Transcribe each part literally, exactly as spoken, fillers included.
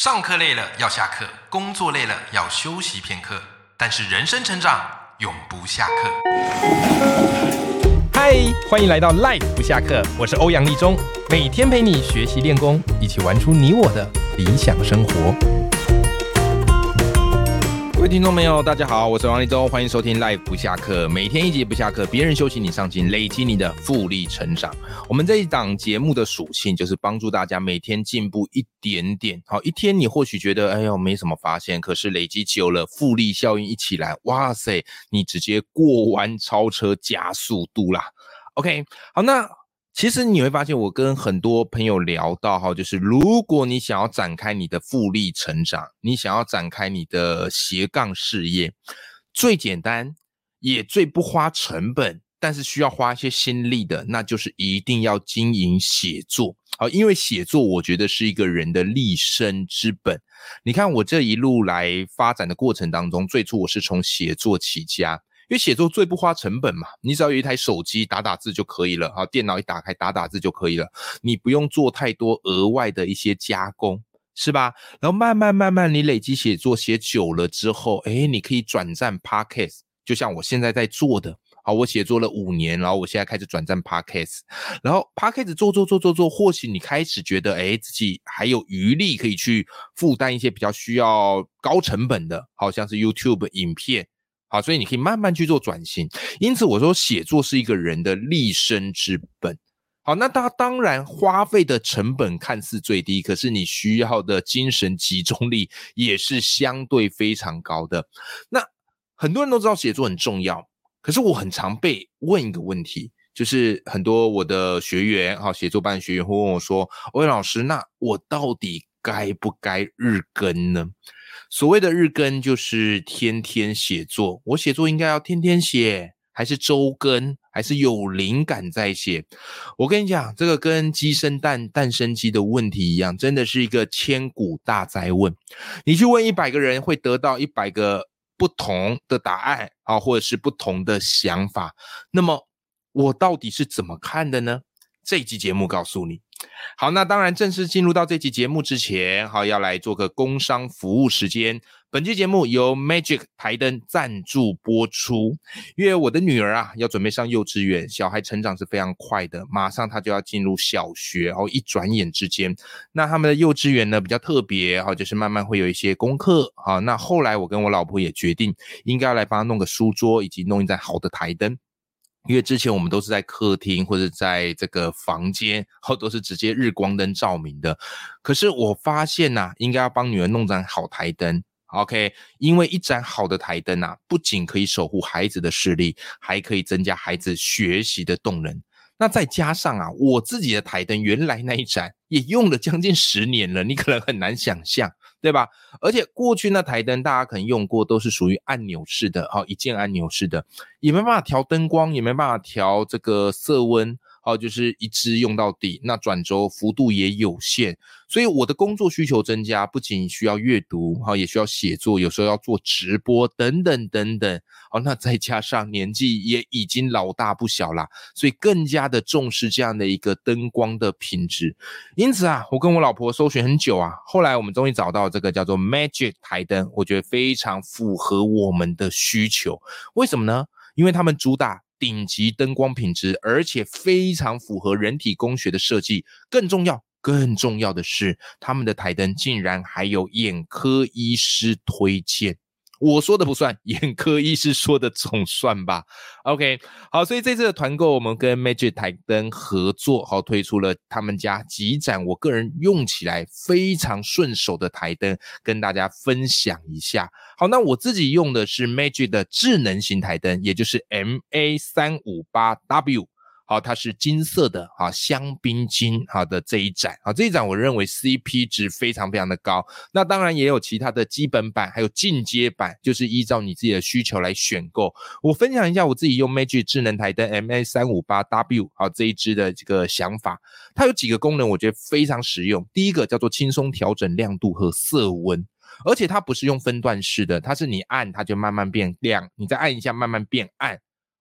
上课累了要下课，工作累了要休息片刻，但是人生成长永不下课。嗨，欢迎来到 Life 不下课，我是欧阳立中，每天陪你学习练功，一起玩出你我的理想生活。各位听众朋友大家好，我是欧阳立中，欢迎收听 Life 不下课，每天一集不下课，别人休息你上进，累积你的复利成长。我们这一档节目的属性就是帮助大家每天进步一点点。好，一天你或许觉得哎呦没什么发现，可是累积久了，复利效应一起来，哇塞，你直接过弯超车加速度啦。OK， 好，那其实你会发现我跟很多朋友聊到，就是如果你想要展开你的复利成长，你想要展开你的斜杠事业，最简单也最不花成本，但是需要花一些心力的，那就是一定要经营写作。好，因为写作我觉得是一个人的立身之本。你看我这一路来发展的过程当中，最初我是从写作起家，因为写作最不花成本嘛，你只要有一台手机打打字就可以了，好，电脑一打开打打字就可以了，你不用做太多额外的一些加工，是吧？然后慢慢慢慢你累积写作写久了之后，诶，你可以转战 Podcast， 就像我现在在做的。好，我写作了五年，然后我现在开始转战 Podcast， 然后 Podcast 做做做做做，或许你开始觉得诶自己还有余力可以去负担一些比较需要高成本的，好像是 YouTube 影片，好，所以你可以慢慢去做转型。因此我说写作是一个人的立身之本。好，那它当然花费的成本看似最低，可是你需要的精神集中力也是相对非常高的。那很多人都知道写作很重要，可是我很常被问一个问题，就是很多我的学员，好，写作班的学员会问我说，欧阳老师，那我到底该不该日更呢？所谓的日更就是天天写作，我写作应该要天天写，还是周更，还是有灵感再写？我跟你讲，这个跟鸡生蛋蛋生鸡的问题一样，真的是一个千古大哉问。你去问一百个人，会得到一百个不同的答案，或者是不同的想法。那么我到底是怎么看的呢？这一集节目告诉你。好，那当然正式进入到这期节目之前，好，要来做个工商服务时间。本期节目由 Magic 台灯赞助播出。因为我的女儿啊要准备上幼稚园，小孩成长是非常快的，马上她就要进入小学，哦，一转眼之间，那他们的幼稚园呢比较特别，哦，就是慢慢会有一些功课，好，那后来我跟我老婆也决定应该要来帮她弄个书桌，以及弄一盏好的台灯。因为之前我们都是在客厅或者在这个房间，都是直接日光灯照明的。可是我发现啊，应该要帮女儿弄盏好台灯。OK， 因为一盏好的台灯啊，不仅可以守护孩子的视力，还可以增加孩子学习的动能。那再加上啊，我自己的台灯原来那一盏也用了将近十年了，你可能很难想象，对吧？而且过去那台灯大家可能用过，都是属于按钮式的，好，一键按钮式的，也没办法调灯光，也没办法调这个色温，好，就是一支用到底，那转轴幅度也有限，所以我的工作需求增加，不仅需要阅读，也需要写作，有时候要做直播等等等等，好，那再加上年纪也已经老大不小啦，所以更加的重视这样的一个灯光的品质。因此啊，我跟我老婆搜寻很久啊，后来我们终于找到这个叫做 Magic 台灯，我觉得非常符合我们的需求。为什么呢？因为他们主打顶级灯光品质，而且非常符合人体工学的设计，更重要更重要的是，他们的台灯竟然还有眼科医师推荐。我说的不算，眼科医师说的总算吧。 OK， 好，所以这次的团购我们跟 Magic 台灯合作，好，推出了他们家几盏我个人用起来非常顺手的台灯，跟大家分享一下。好，那我自己用的是 Magic 的智能型台灯，也就是 M A 三五八 W，好，它是金色的，好，香槟金，好的这一盏，好，这一盏我认为 C P 值非常非常的高。那当然也有其他的基本版，还有进阶版，就是依照你自己的需求来选购。我分享一下我自己用 Magic 智能台灯 M A 三五八 W， 好，这一支的这个想法。它有几个功能我觉得非常实用。第一个叫做轻松调整亮度和色温，而且它不是用分段式的，它是你按它就慢慢变亮，你再按一下慢慢变暗。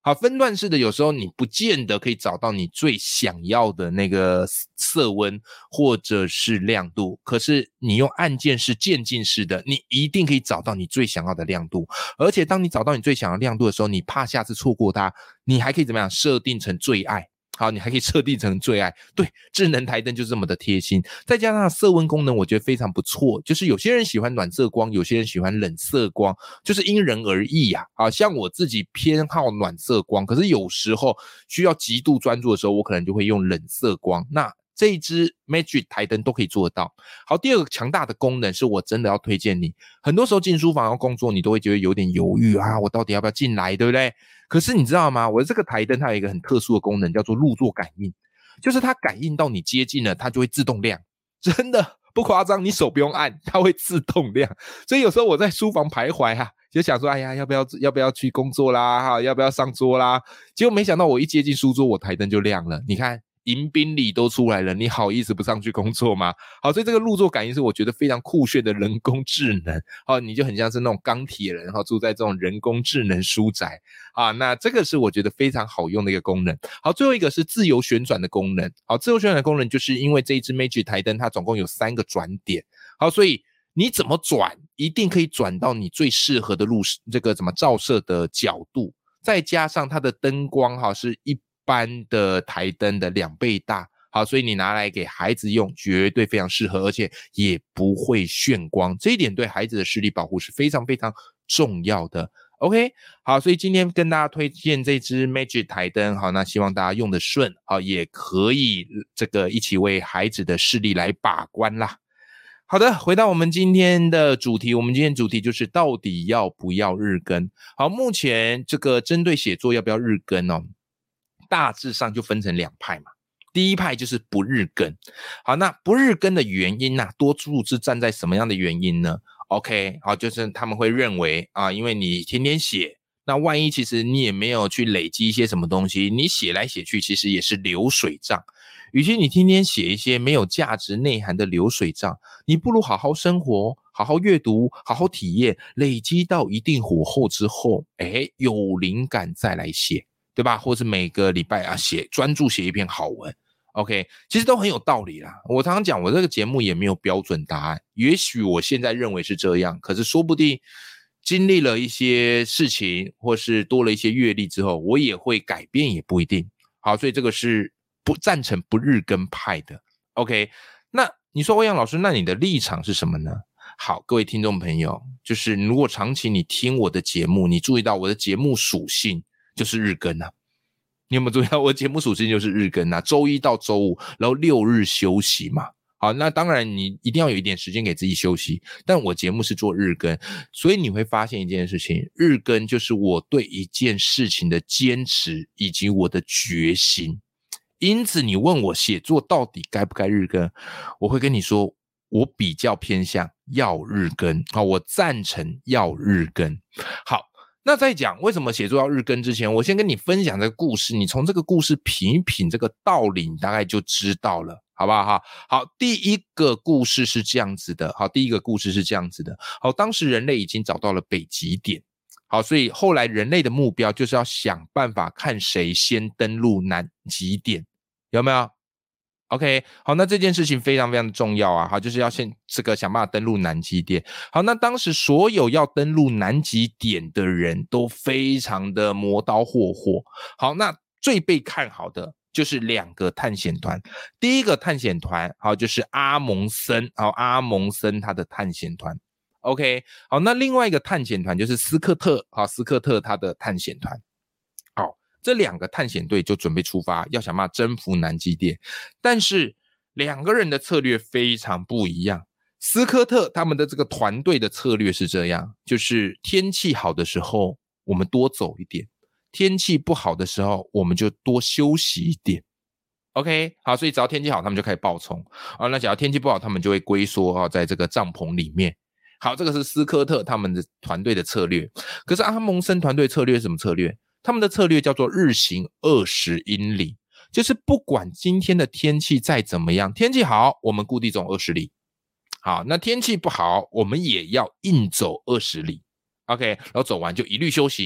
好，分段式的有时候你不见得可以找到你最想要的那个色温或者是亮度，可是你用按键式渐进式的，你一定可以找到你最想要的亮度。而且当你找到你最想要的亮度的时候，你怕下次错过它，你还可以怎么样设定成最爱。好，你还可以设定成最爱。对，智能台灯就是这么的贴心，再加上色温功能我觉得非常不错，就是有些人喜欢暖色光，有些人喜欢冷色光，就是因人而异啊。好，像我自己偏好暖色光，可是有时候需要极度专注的时候，我可能就会用冷色光。那这一支 Magic 台灯都可以做得到。好，第二个强大的功能是我真的要推荐你，很多时候进书房要工作，你都会觉得有点犹豫啊，我到底要不要进来，对不对？可是你知道吗？我的这个台灯它有一个很特殊的功能，叫做入座感应，就是它感应到你接近了，它就会自动亮，真的不夸张，你手不用按，它会自动亮。所以有时候我在书房徘徊啊，就想说，哎呀，要不要要不要去工作啦？要不要上桌啦？结果没想到我一接近书桌，我台灯就亮了。你看，迎宾礼都出来了，你好意思不上去工作吗？好，所以这个入座感应是我觉得非常酷炫的人工智能。好，你就很像是那种钢铁人，好，住在这种人工智能书宅啊。那这个是我觉得非常好用的一个功能。好，最后一个是自由旋转的功能。好，自由旋转的功能就是因为这一支 Magic 台灯它总共有三个转点。好，所以你怎么转，一定可以转到你最适合的路这个怎么照射的角度，再加上它的灯光哈是一般的台灯的两倍大，好，所以你拿来给孩子用绝对非常适合，而且也不会眩光，这一点对孩子的视力保护是非常非常重要的。OK， 好，所以今天跟大家推荐这支 Magic 台灯，好，那希望大家用得顺，好，也可以这个一起为孩子的视力来把关啦。好的，回到我们今天的主题，我们今天主题就是到底要不要日更。好，目前这个针对写作要不要日更哦，大致上就分成两派嘛。第一派就是不日更。好，那不日更的原因啊，多数是站在什么样的原因呢？ OK， 好，就是他们会认为啊，因为你天天写，那万一其实你也没有去累积一些什么东西，你写来写去其实也是流水账。与其你天天写一些没有价值内涵的流水账，你不如好好生活，好好阅读，好好体验，累积到一定火候之后，诶，有灵感再来写，对吧？或是每个礼拜啊写专注写一篇好文。OK， 其实都很有道理啦。我常常讲，我这个节目也没有标准答案，也许我现在认为是这样，可是说不定经历了一些事情，或是多了一些阅历之后，我也会改变，也不一定。好，所以这个是不赞成不日更派的。OK， 那你说欧阳老师，那你的立场是什么呢？好，各位听众朋友，就是如果长期你听我的节目，你注意到我的节目属性就是日更啊。你有没有注意到我的节目属性就是日更啊？周一到周五，然后六日休息嘛。好，那当然你一定要有一点时间给自己休息，但我节目是做日更，所以你会发现一件事情，日更就是我对一件事情的坚持以及我的决心。因此你问我写作到底该不该日更，我会跟你说我比较偏向要日更，好，我赞成要日更。好，那在讲为什么写作要日更之前，我先跟你分享这个故事，你从这个故事品一品这个道理，你大概就知道了，好不好？好，第一个故事是这样子的，好，第一个故事是这样子的，好，当时人类已经找到了北极点，好，所以后来人类的目标就是要想办法看谁先登陆南极点，有没有？ OK， 好，那这件事情非常非常的重要啊，好，就是要先这个想办法登陆南极点。好，那当时所有要登陆南极点的人都非常的磨刀霍霍。好，那最被看好的就是两个探险团，第一个探险团好就是阿蒙森，好，阿蒙森他的探险团。OK， 好，那另外一个探险团就是斯科特，好，斯科特他的探险团。好，这两个探险队就准备出发，要想办法征服南极点。但是两个人的策略非常不一样。斯科特他们的这个团队的策略是这样，就是天气好的时候我们多走一点，天气不好的时候我们就多休息一点。OK， 好，所以只要天气好他们就开始暴冲啊，那只要天气不好他们就会龟缩啊，在这个帐篷里面。好，这个是斯科特他们的团队的策略。可是阿蒙森团队策略是什么策略？他们的策略叫做日行二十英里，就是不管今天的天气再怎么样，天气好我们固定走二十里，好，那天气不好我们也要硬走二十里。 OK， 然后走完就一律休息，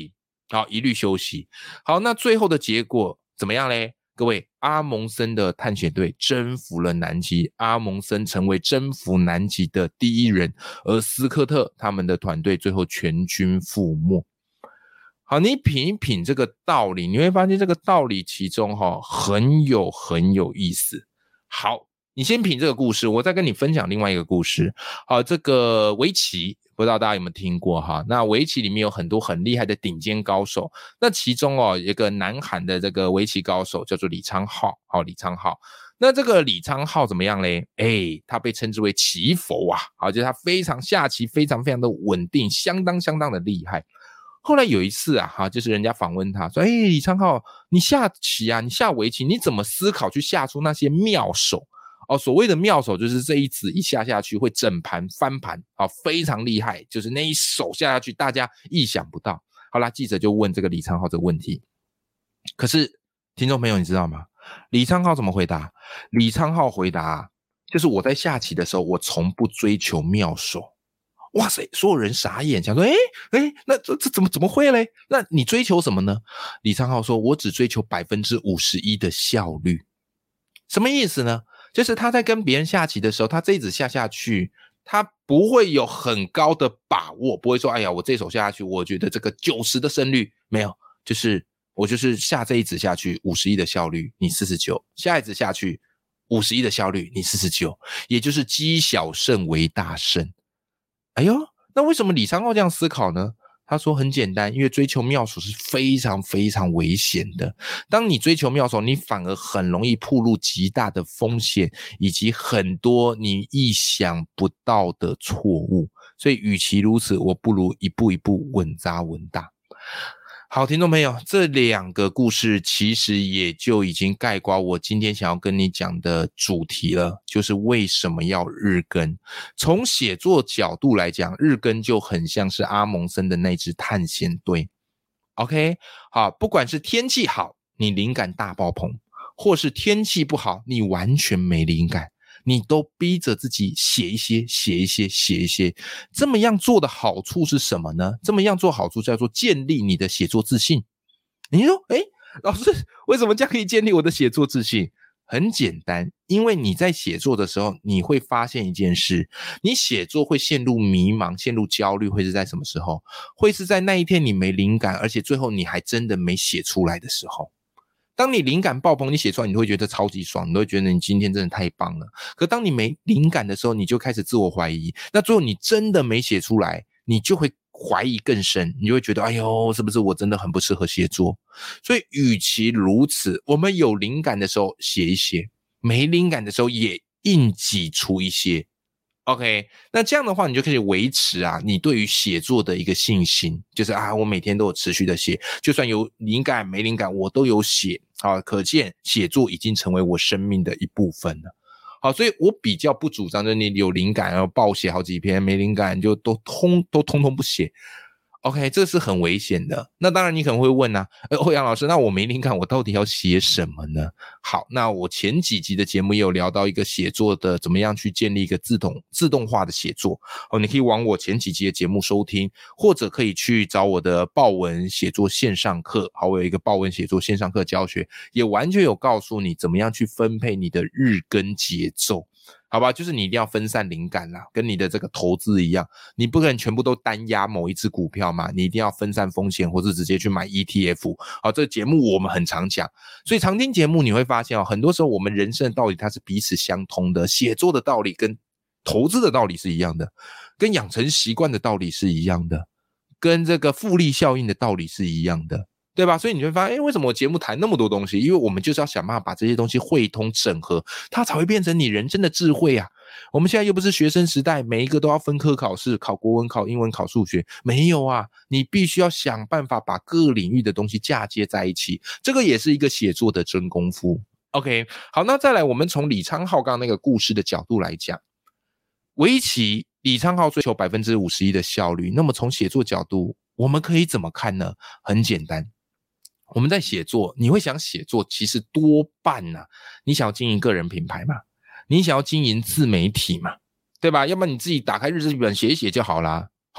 好，一律休息。好，那最后的结果怎么样嘞？各位，阿蒙森的探险队征服了南极，阿蒙森成为征服南极的第一人，而斯科特他们的团队最后全军覆没。好，你品一品这个道理，你会发现这个道理其中哈、哦、很有很有意思。好，你先品这个故事，我再跟你分享另外一个故事。好，这个围棋不知道大家有没有听过哈？那围棋里面有很多很厉害的顶尖高手，那其中哦有一个南韩的这个围棋高手叫做李昌镐，好，李昌镐。那这个李昌镐怎么样嘞？诶，他被称之为棋佛啊，好，就是他非常下棋非常非常的稳定，相当相当的厉害。后来有一次啊，哈，就是人家访问他说：“哎，李昌镐，你下棋啊，你下围棋，你怎么思考去下出那些妙手？哦，所谓的妙手就是这一子一下下去会整盘翻盘，啊、哦，非常厉害，就是那一手下下去，大家意想不到。”好啦，记者就问这个李昌镐这个问题，可是听众朋友你知道吗？李昌镐怎么回答？李昌镐回答，就是我在下棋的时候，我从不追求妙手。哇塞，所有人傻眼，想说诶诶那这这怎么怎么会嘞？那你追求什么呢？李昌镐说，我只追求 百分之五十一 的效率。什么意思呢？就是他在跟别人下棋的时候，他这一子下下去，他不会有很高的把握，不会说哎呀我这一手下下去我觉得这个九十的胜率，没有，就是我就是下这一子下去五十一的效率，你四十九，下一子下去五十一的效率，你四十九，也就是积小胜为大胜。哎呦，那为什么李昌镐这样思考呢？他说很简单，因为追求妙手是非常非常危险的。当你追求妙手，你反而很容易暴露极大的风险，以及很多你意想不到的错误。所以与其如此，我不如一步一步稳扎稳打。好，听众朋友，这两个故事其实也就已经概括我今天想要跟你讲的主题了，就是为什么要日更。从写作角度来讲，日更就很像是阿蒙森的那支探险队。OK， 好，不管是天气好，你灵感大爆棚，或是天气不好，你完全没灵感，你都逼着自己写一些写一些写一些。这么样做的好处是什么呢？这么样做好处叫做建立你的写作自信。你说诶老师为什么这样可以建立我的写作自信？很简单，因为你在写作的时候，你会发现一件事，你写作会陷入迷茫陷入焦虑，会是在什么时候？会是在那一天你没灵感，而且最后你还真的没写出来的时候。当你灵感爆棚，你写出来你会觉得超级爽，你会觉得你今天真的太棒了。可当你没灵感的时候，你就开始自我怀疑，那最后你真的没写出来，你就会怀疑更深，你就会觉得哎呦，是不是我真的很不适合写作？所以与其如此，我们有灵感的时候写一些，没灵感的时候也硬挤出一些。OK， 那这样的话你就可以维持啊你对于写作的一个信心，就是啊我每天都有持续的写，就算有灵感没灵感我都有写，好，可见写作已经成为我生命的一部分了。好，所以我比较不主张就是你有灵感然后爆写好几篇，没灵感就都通都通通不写。OK， 这是很危险的。那当然你可能会问啊，呃，欧阳老师，那我没灵感我到底要写什么呢？好，那我前几集的节目也有聊到一个写作的怎么样去建立一个自动自动化的写作。哦，你可以往我前几集的节目收听，或者可以去找我的爆文写作线上课。好，我有一个爆文写作线上课教学，也完全有告诉你怎么样去分配你的日更节奏。好吧，就是你一定要分散灵感啦，跟你的这个投资一样，你不可能全部都单压某一只股票嘛，你一定要分散风险，或是直接去买 E T F。好，这个节目我们很常讲，所以常听节目你会发现哦，很多时候我们人生的道理它是彼此相通的，写作的道理跟投资的道理是一样的，跟养成习惯的道理是一样的，跟这个复利效应的道理是一样的。对吧？所以你会发现，诶，为什么我节目谈那么多东西？因为我们就是要想办法把这些东西汇通整合，它才会变成你人生的智慧啊。我们现在又不是学生时代，每一个都要分科考试，考国文、考英文、考数学，没有啊。你必须要想办法把各领域的东西嫁接在一起，这个也是一个写作的真功夫。OK， 好，那再来，我们从李昌镐刚刚那个故事的角度来讲，围棋李昌镐追求 百分之五十一 的效率，那么从写作角度，我们可以怎么看呢？很简单。我们在写作，你会想写作其实多半啊，你想要经营个人品牌嘛，你想要经营自媒体嘛，对吧？要不然你自己打开日志本写一写就好啦。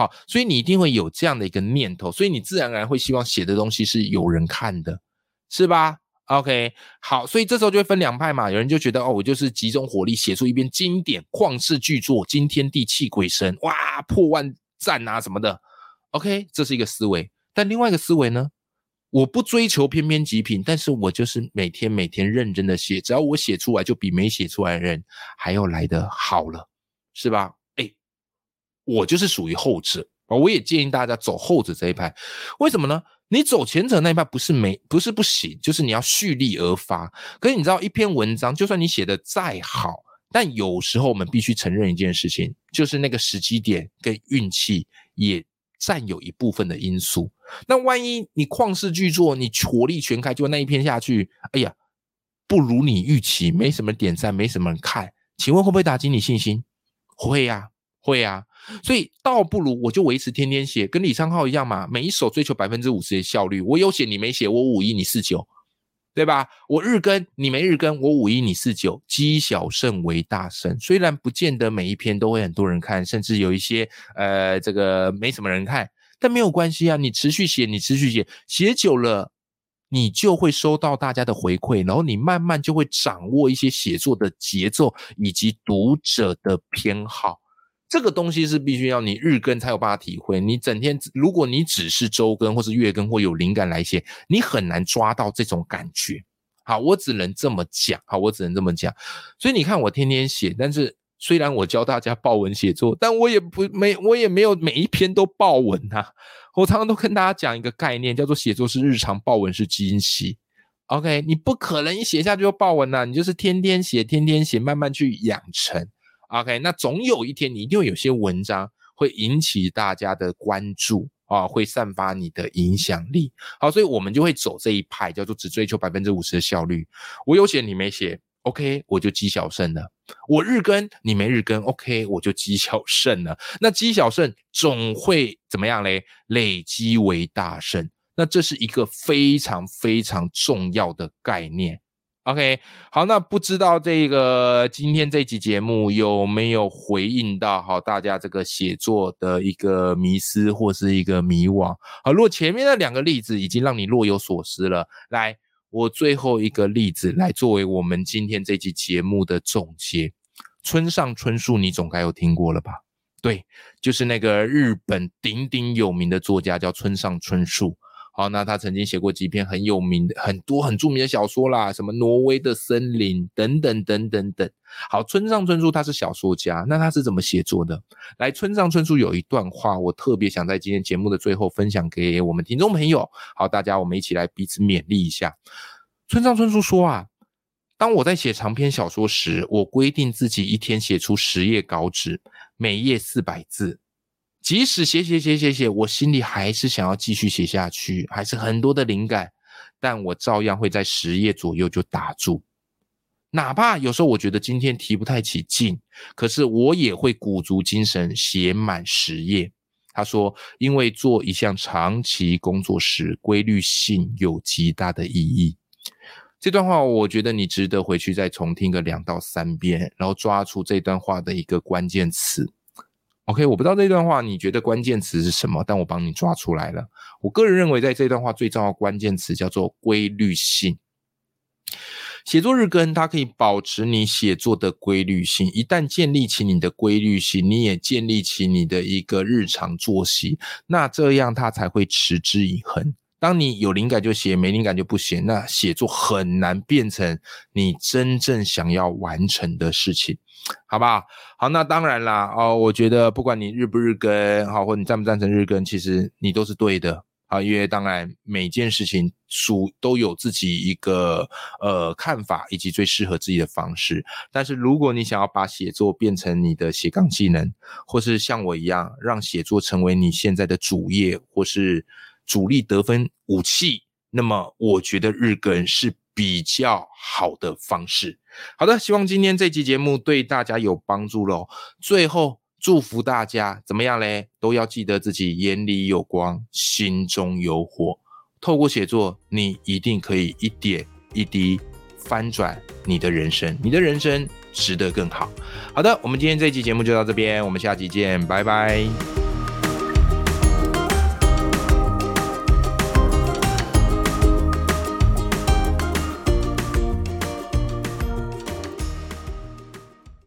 好，所以你一定会有这样的一个念头，所以你自然而然会希望写的东西是有人看的，是吧？ OK， 好，所以这时候就会分两派嘛，有人就觉得哦，我就是集中火力写出一篇经典旷世巨作，惊天地泣鬼神，哇，破万赞啊什么的。OK， 这是一个思维。但另外一个思维呢，我不追求翩翩极品，但是我就是每天每天认真的写，只要我写出来就比没写出来的人还要来得好了，是吧？诶，我就是属于后者，我也建议大家走后者这一派。为什么呢？你走前者那一派不是没不是不行，就是你要蓄力而发。可是你知道一篇文章就算你写的再好，但有时候我们必须承认一件事情，就是那个时机点跟运气也占有一部分的因素。那万一你旷世巨作，你火力全开，就那一篇下去，哎呀，不如你预期，没什么点赞，没什么人看，请问会不会打击你信心？会啊，会啊。所以倒不如我就维持天天写，跟李昌镐一样嘛，每一首追求 百分之五十 的效率，我有写你没写，我五一你四九，对吧？我日更你没日更，我五一你四九，积小胜为大胜。虽然不见得每一篇都会很多人看，甚至有一些呃这个没什么人看，但没有关系啊，你持续写，你持续写，写久了你就会收到大家的回馈，然后你慢慢就会掌握一些写作的节奏以及读者的偏好。这个东西是必须要你日更才有办法体会，你整天如果你只是周更或是月更或有灵感来写，你很难抓到这种感觉。好，我只能这么讲，好，我只能这么讲。所以你看我天天写，但是虽然我教大家爆文写作，但我也不没我也没有每一篇都爆文啊。我常常都跟大家讲一个概念，叫做写作是日常，爆文是惊喜。OK， 你不可能一写下去就爆文啊，你就是天天写，天天写，慢慢去养成。OK， 那总有一天你一定会有些文章会引起大家的关注啊，会散发你的影响力。好，所以我们就会走这一派，叫做只追求 百分之五十 的效率。我有写你没写 ，OK， 我就积小胜了。我日更你没日更 ，OK， 我就积小胜了。那积小胜总会怎么样嘞？累积为大胜。那这是一个非常非常重要的概念。OK， 好，那不知道这个今天这期节目有没有回应到好大家这个写作的一个迷思或是一个迷惘。好，如果前面的两个例子已经让你若有所思了，来，我最后一个例子来作为我们今天这期节目的总结。村上春树你总该有听过了吧？对，就是那个日本鼎鼎有名的作家叫村上春树。好，那他曾经写过几篇很有名的很多很著名的小说啦，什么挪威的森林等等等等等。好，村上春树他是小说家，那他是怎么写作的？来，村上春树有一段话我特别想在今天节目的最后分享给我们听众朋友。好，大家我们一起来彼此勉励一下。村上春树说啊，当我在写长篇小说时，我规定自己一天写出十页稿纸，每页四百字。即使写写写写写，我心里还是想要继续写下去，还是很多的灵感，但我照样会在十页左右就打住。哪怕有时候我觉得今天提不太起劲，可是我也会鼓足精神写满十页。他说，因为做一项长期工作时，规律性有极大的意义。这段话我觉得你值得回去再重听个两到三遍，然后抓出这段话的一个关键词。OK， 我不知道这段话你觉得关键词是什么，但我帮你抓出来了。我个人认为在这段话最重要的关键词叫做规律性。写作日更它可以保持你写作的规律性，一旦建立起你的规律性，你也建立起你的一个日常作息，那这样它才会持之以恒。当你有灵感就写，没灵感就不写，那写作很难变成你真正想要完成的事情，好不好？好，那当然啦，哦，我觉得不管你日不日更，好，或者你赞不赞成日更，其实你都是对的。好，因为当然每件事情属都有自己一个呃看法以及最适合自己的方式。但是如果你想要把写作变成你的斜杠技能，或是像我一样让写作成为你现在的主业或是主力得分武器，那么我觉得日更是比较好的方式。好的，希望今天这期节目对大家有帮助咯。最后祝福大家怎么样嘞？都要记得自己眼里有光，心中有火。透过写作，你一定可以一点一滴翻转你的人生，你的人生值得更好。好的，我们今天这期节目就到这边，我们下期见，拜拜。